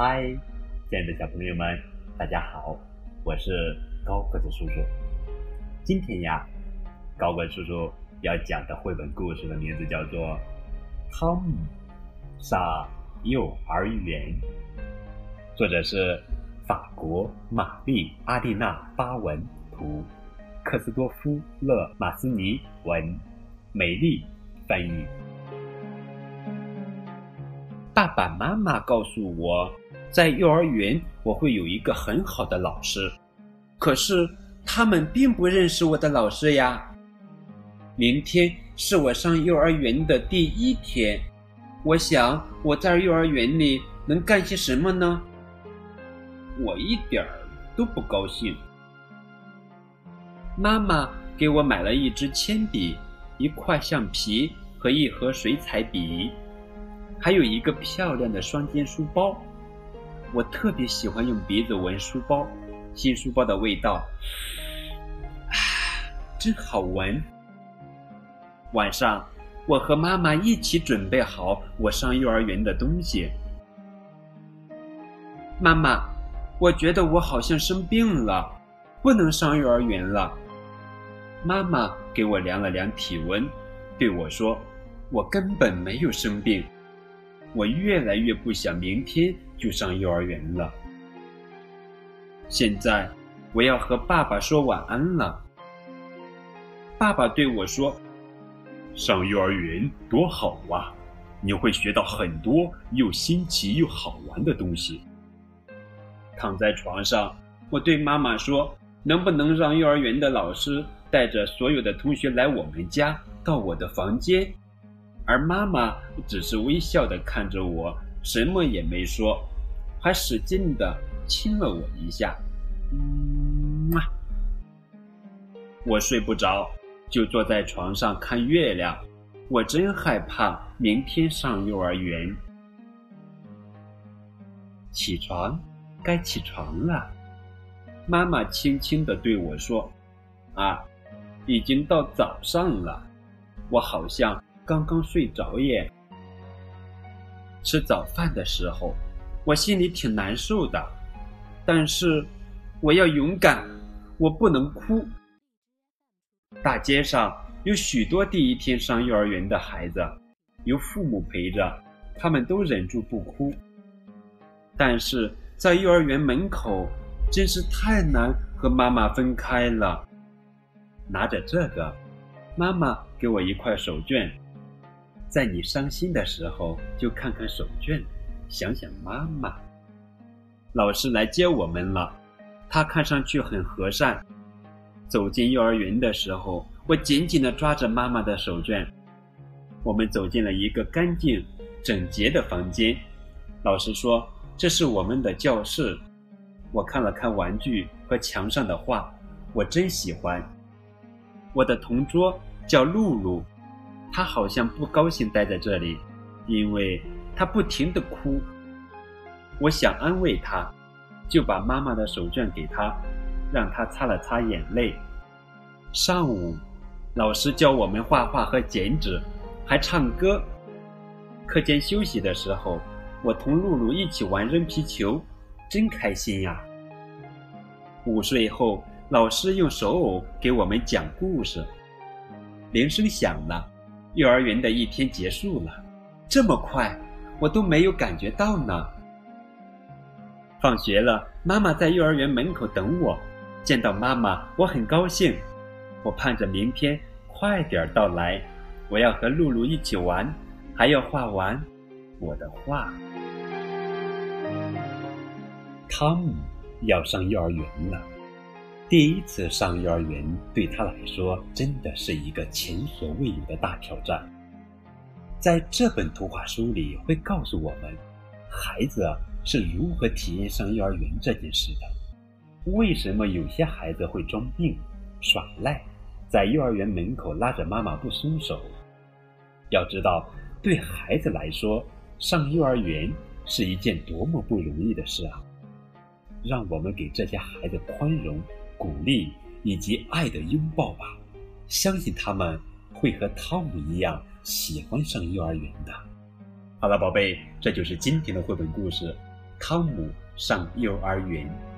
嗨，亲爱的小朋友们，大家好，我是高个子叔叔。今天呀，高个子叔叔要讲的绘本故事的名字叫做《汤姆上幼儿园》，作者是法国玛丽阿蒂娜巴文图，克斯多夫勒马斯尼文，美丽翻译。爸爸妈妈告诉我，在幼儿园我会有一个很好的老师，可是他们并不认识我的老师呀。明天是我上幼儿园的第一天，我想我在幼儿园里能干些什么呢？我一点儿都不高兴。妈妈给我买了一支铅笔、一块橡皮和一盒水彩笔，还有一个漂亮的双肩书包。我特别喜欢用鼻子闻书包，新书包的味道，真好闻。晚上，我和妈妈一起准备好我上幼儿园的东西。妈妈，我觉得我好像生病了，不能上幼儿园了。妈妈给我量了量体温，对我说，我根本没有生病。我越来越不想明天就上幼儿园了。现在我要和爸爸说晚安了。爸爸对我说，上幼儿园多好啊，你会学到很多又新奇又好玩的东西。躺在床上，我对妈妈说，能不能让幼儿园的老师带着所有的同学来我们家，到我的房间？而妈妈只是微笑地看着我，什么也没说，还使劲地亲了我一下。我睡不着，就坐在床上看月亮。我真害怕明天上幼儿园。起床，该起床了。妈妈轻轻地对我说，已经到早上了，我好像刚刚睡着耶。吃早饭的时候，我心里挺难受的，但是我要勇敢，我不能哭。大街上有许多第一天上幼儿园的孩子，有父母陪着，他们都忍住不哭。但是在幼儿园门口，真是太难和妈妈分开了。拿着这个，妈妈给我一块手绢，在你伤心的时候就看看手绢，想想妈妈。老师来接我们了，他看上去很和善。走进幼儿园的时候，我紧紧地抓着妈妈的手绢。我们走进了一个干净整洁的房间。老师说，这是我们的教室。我看了看玩具和墙上的画，我真喜欢。我的同桌叫露露，她好像不高兴待在这里，因为她不停地哭。我想安慰她，就把妈妈的手绢给她，让她擦了擦眼泪。上午，老师教我们画画和剪纸，还唱歌。课间休息的时候，我同露露一起玩扔皮球，真开心呀。午睡后，老师用手偶给我们讲故事。铃声响了，幼儿园的一天结束了，这么快，我都没有感觉到呢。放学了，妈妈在幼儿园门口等我，见到妈妈，我很高兴。我盼着明天快点到来，我要和露露一起玩，还要画完我的画。汤姆要上幼儿园了。第一次上幼儿园对他来说真的是一个前所未有的大挑战。在这本图画书里会告诉我们，孩子是如何体验上幼儿园这件事的。为什么有些孩子会装病、耍赖，在幼儿园门口拉着妈妈不松手？要知道，对孩子来说，上幼儿园是一件多么不容易的事啊！让我们给这些孩子宽容、鼓励以及爱的拥抱吧，相信他们会和汤姆一样喜欢上幼儿园的。好了，宝贝，这就是今天的绘本故事《 汤姆上幼儿园。